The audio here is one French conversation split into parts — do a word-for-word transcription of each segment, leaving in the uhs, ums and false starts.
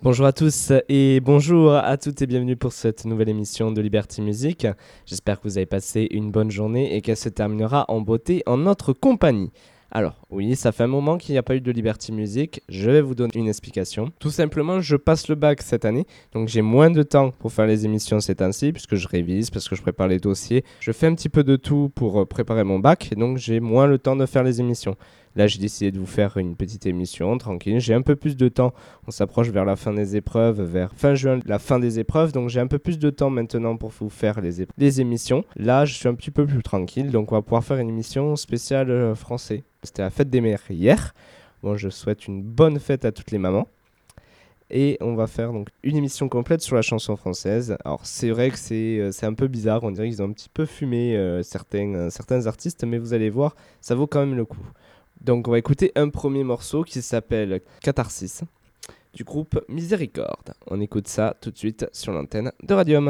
Bonjour à tous et bonjour à toutes et bienvenue pour cette nouvelle émission de Liberty Music. J'espère que vous avez passé une bonne journée et qu'elle se terminera en beauté en notre compagnie. Alors oui, ça fait un moment qu'il n'y a pas eu de Liberty Music, je vais vous donner une explication. Tout simplement, je passe le bac cette année, donc j'ai moins de temps pour faire les émissions ces temps-ci, puisque je révise, parce que je prépare les dossiers. Je fais un petit peu de tout pour préparer mon bac, donc j'ai moins le temps de faire les émissions. Là, j'ai décidé de vous faire une petite émission tranquille. J'ai un peu plus de temps. On s'approche vers la fin des épreuves, vers fin juin, la fin des épreuves. Donc, j'ai un peu plus de temps maintenant pour vous faire les, ép- les émissions. Là, je suis un petit peu plus tranquille. Donc, on va pouvoir faire une émission spéciale euh, français. C'était la fête des mères hier. Bon, je souhaite une bonne fête à toutes les mamans. Et on va faire donc une émission complète sur la chanson française. Alors, c'est vrai que c'est, euh, c'est un peu bizarre. On dirait qu'ils ont un petit peu fumé euh, certains, euh, certains artistes. Mais vous allez voir, ça vaut quand même le coup. Donc on va écouter un premier morceau qui s'appelle Catharsis du groupe Miséricorde. On écoute ça tout de suite sur l'antenne de Radium.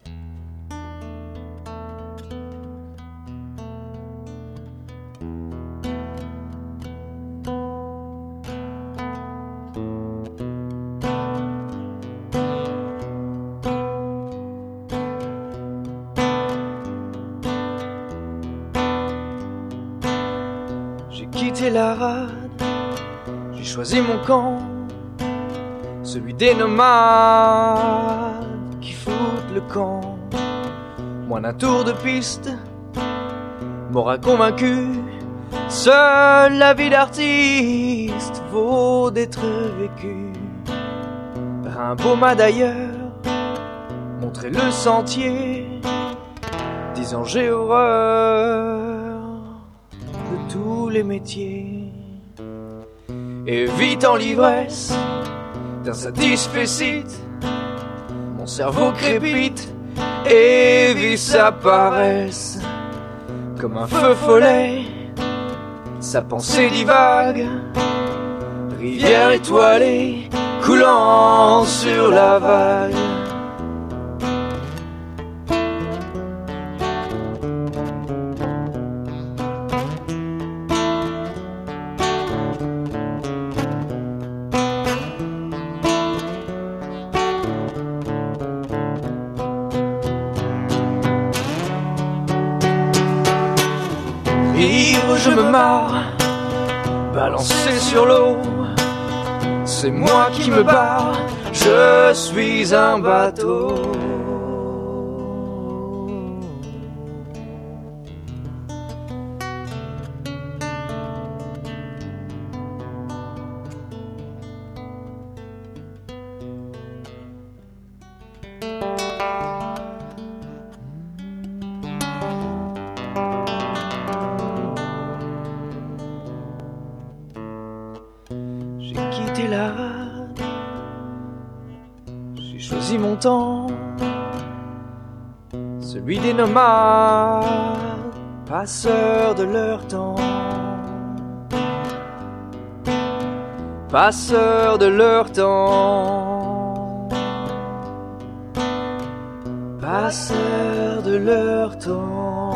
J'ai quitté la rade, j'ai choisi mon camp, celui des nomades qui foutent le camp. Moi d'un tour de piste m'aura convaincu, seule la vie d'artiste vaut d'être vécue. Rimbaud d'ailleurs montrer le sentier, disant j'ai horreur de tous les métiers. Évitant l'ivresse d'un satisfecit, mon cerveau crépite et vit sa paresse. Comme un feu follet, sa pensée divague, rivière étoilée coulant sur la vague. Ivre, je me marre, balancé sur l'eau. C'est moi qui me bats, je suis un bateau. J'ai quitté la rade, j'ai choisi mon temps, celui des nomades, passeurs de leur temps, passeurs de leur temps, passeurs de leur temps.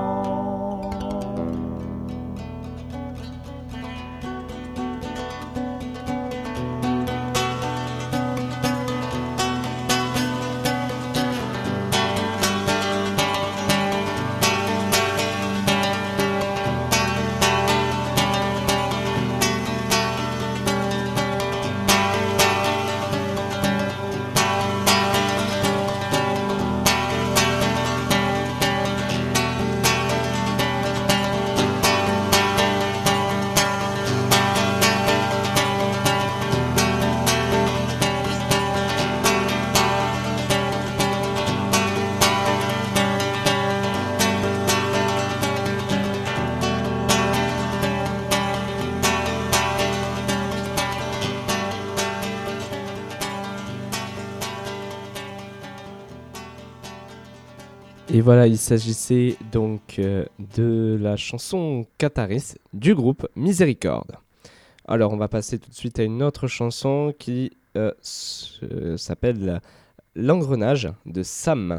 Et voilà, il s'agissait donc euh, de la chanson Catharsis du groupe Miséricorde. Alors on va passer tout de suite à une autre chanson qui euh, s- euh, s'appelle L'engrenage de Sam.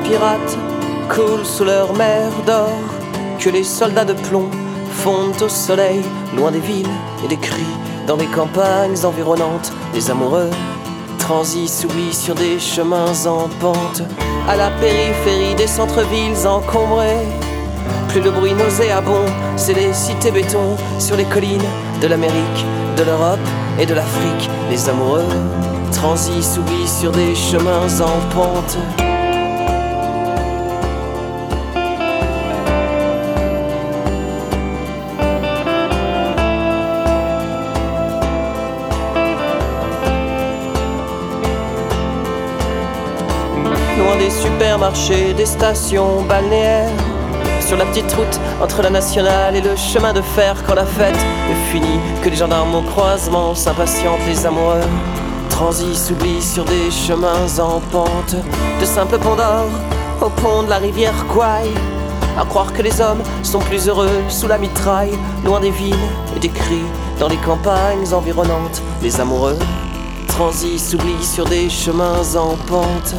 pirates coulent sous leur mer d'or, que les soldats de plomb fondent au soleil, loin des villes et des cris, dans les campagnes environnantes. Les amoureux transis s'oublient sur des chemins en pente, à la périphérie des centres-villes encombrés. Plus le bruit nauséabond, c'est les cités béton sur les collines de l'Amérique, de l'Europe et de l'Afrique. Les amoureux transis s'oublient sur des chemins en pente. Loin des supermarchés, des stations balnéaires, sur la petite route entre la nationale et le chemin de fer, quand la fête est finie, que les gendarmes au croisement s'impatientent. Les amoureux transis s'oublient sur des chemins en pente, de simples ponts d'or au pont de la rivière Kwai, à croire que les hommes sont plus heureux sous la mitraille, loin des villes et des cris, dans les campagnes environnantes. Les amoureux transis s'oublient sur des chemins en pente.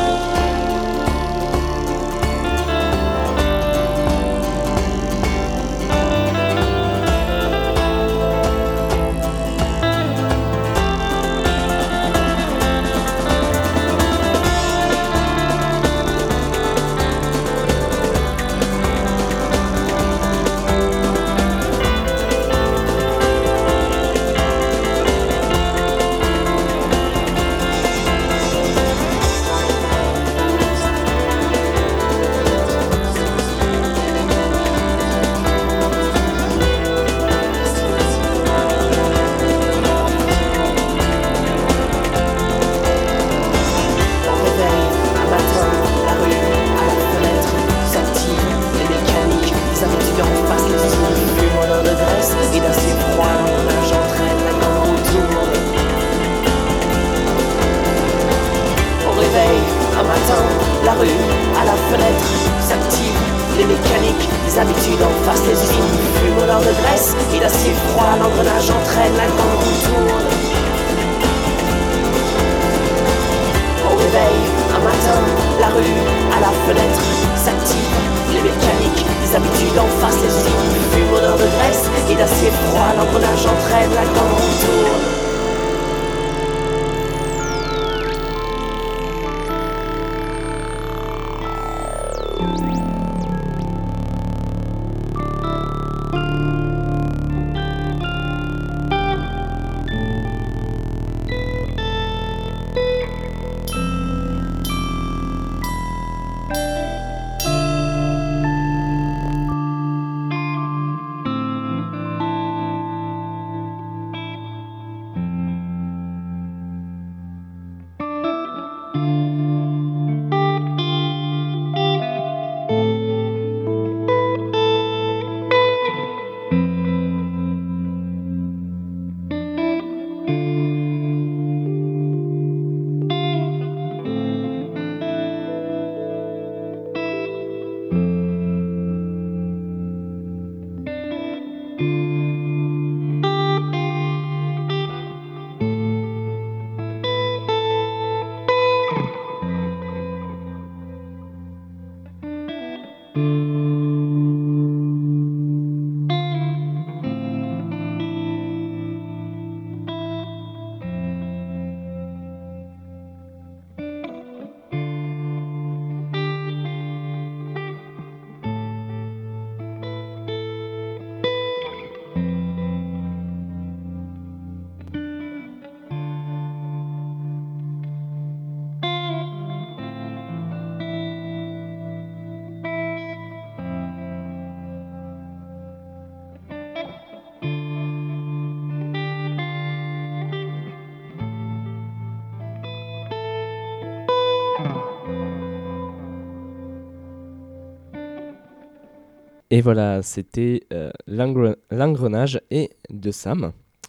Et voilà, c'était euh, l'engre- l'engrenage et de Sam.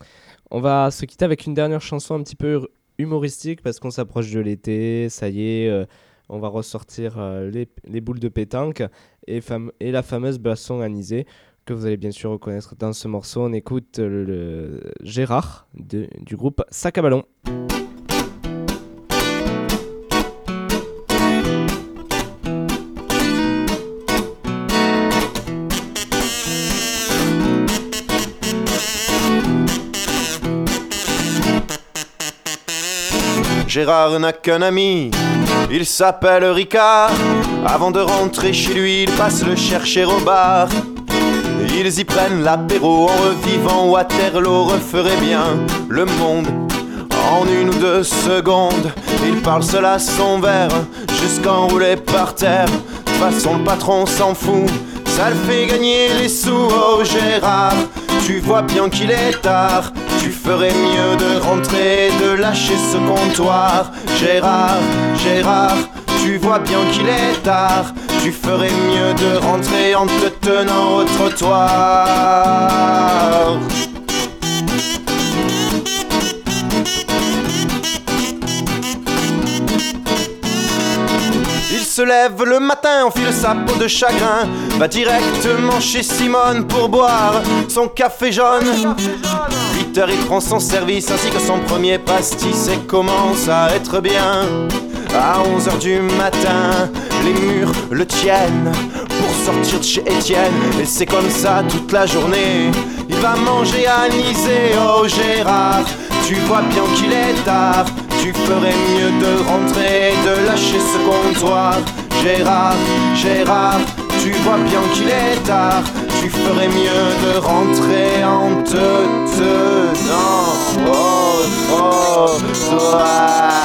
On va se quitter avec une dernière chanson un petit peu humoristique parce qu'on s'approche de l'été, ça y est, euh, on va ressortir euh, les, les boules de pétanque et, fam- et la fameuse boisson anisée que vous allez bien sûr reconnaître dans ce morceau. On écoute le, le Gérard de, du groupe Sac à Ballon. Gérard n'a qu'un ami, il s'appelle Ricard. Avant de rentrer chez lui, il passe le chercher au bar. Ils y prennent l'apéro en revivant Waterloo referait bien le monde en une ou deux secondes. Il parle seul à son verre jusqu'à enrouler par terre. De toute façon le patron s'en fout, ça le fait gagner les sous. Oh Gérard, tu vois bien qu'il est tard, tu ferais mieux de rentrer, de lâcher ce comptoir. Gérard, Gérard, tu vois bien qu'il est tard, tu ferais mieux de rentrer en te tenant au trottoir. Il se lève le matin, enfile sa peau de chagrin, va directement chez Simone pour boire son café jaune. huit heures, il prend son service ainsi que son premier pastis et commence à être bien. À onze heures du matin, les murs le tiennent pour sortir de chez Étienne. Et c'est comme ça toute la journée, il va manger anisé. Oh Gérard, tu vois bien qu'il est tard, tu ferais mieux de rentrer, de lâcher ce comptoir. Gérard, Gérard, tu vois bien qu'il est tard, tu ferais mieux de rentrer en te tenant au trottoir.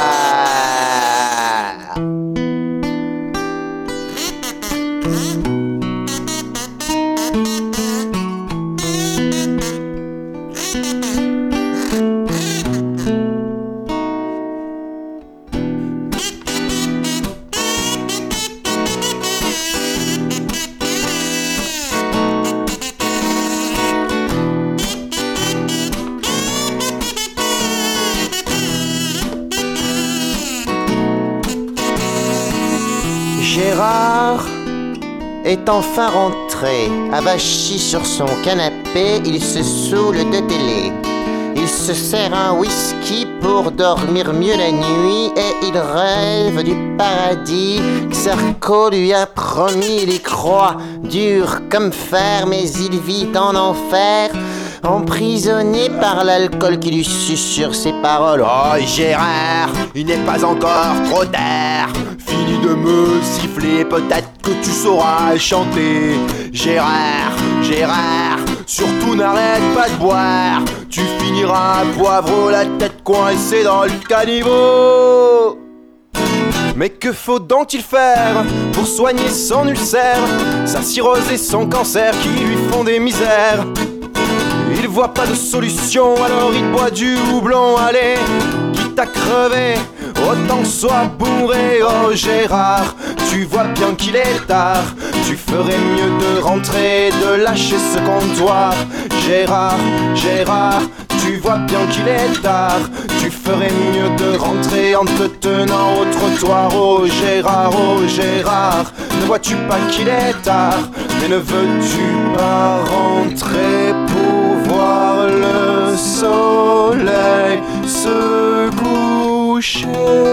Gérard est enfin rentré, avachi sur son canapé, il se saoule de télé. Il se sert un whisky pour dormir mieux la nuit et il rêve du paradis que Sarko lui a promis. Il y croit dur comme fer, mais il vit en enfer, emprisonné par l'alcool qui lui susurre ses paroles. Oh Gérard, il n'est pas encore trop tard, fini de me siffler, peut-être que tu sauras chanter. Gérard, Gérard, surtout n'arrête pas de boire, tu finiras à poivre la tête coincée dans le caniveau. Mais que faut donc-il faire pour soigner son ulcère, sa cirrhose et son cancer qui lui font des misères? Il voit pas de solution, alors il boit du houblon. Allez, quitte à crever, autant que soit bourré. Oh Gérard, tu vois bien qu'il est tard, tu ferais mieux de rentrer, de lâcher ce comptoir. Gérard, Gérard, tu vois bien qu'il est tard, tu ferais mieux de rentrer en te tenant au trottoir. Oh Gérard, oh Gérard, ne vois-tu pas qu'il est tard, mais ne veux-tu pas rentrer pour voir le soleil se coucher?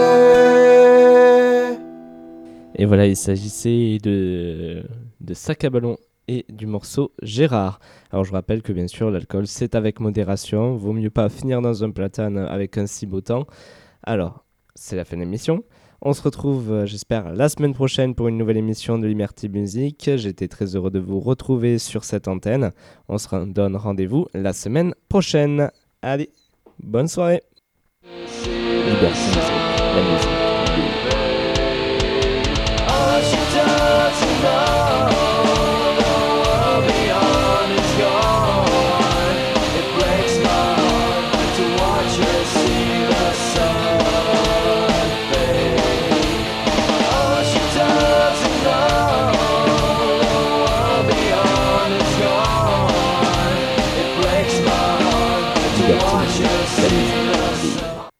Et voilà, il s'agissait de, de Sac à ballon et du morceau Gérard. Alors je rappelle que bien sûr l'alcool c'est avec modération, vaut mieux pas finir dans un platane avec un si beau temps. Alors c'est la fin de l'émission, on se retrouve euh, j'espère la semaine prochaine pour une nouvelle émission de Liberty Music. J'étais très heureux de vous retrouver sur cette antenne, on se donne rendez-vous la semaine prochaine. Allez, bonne soirée. Liberty Music, la musique.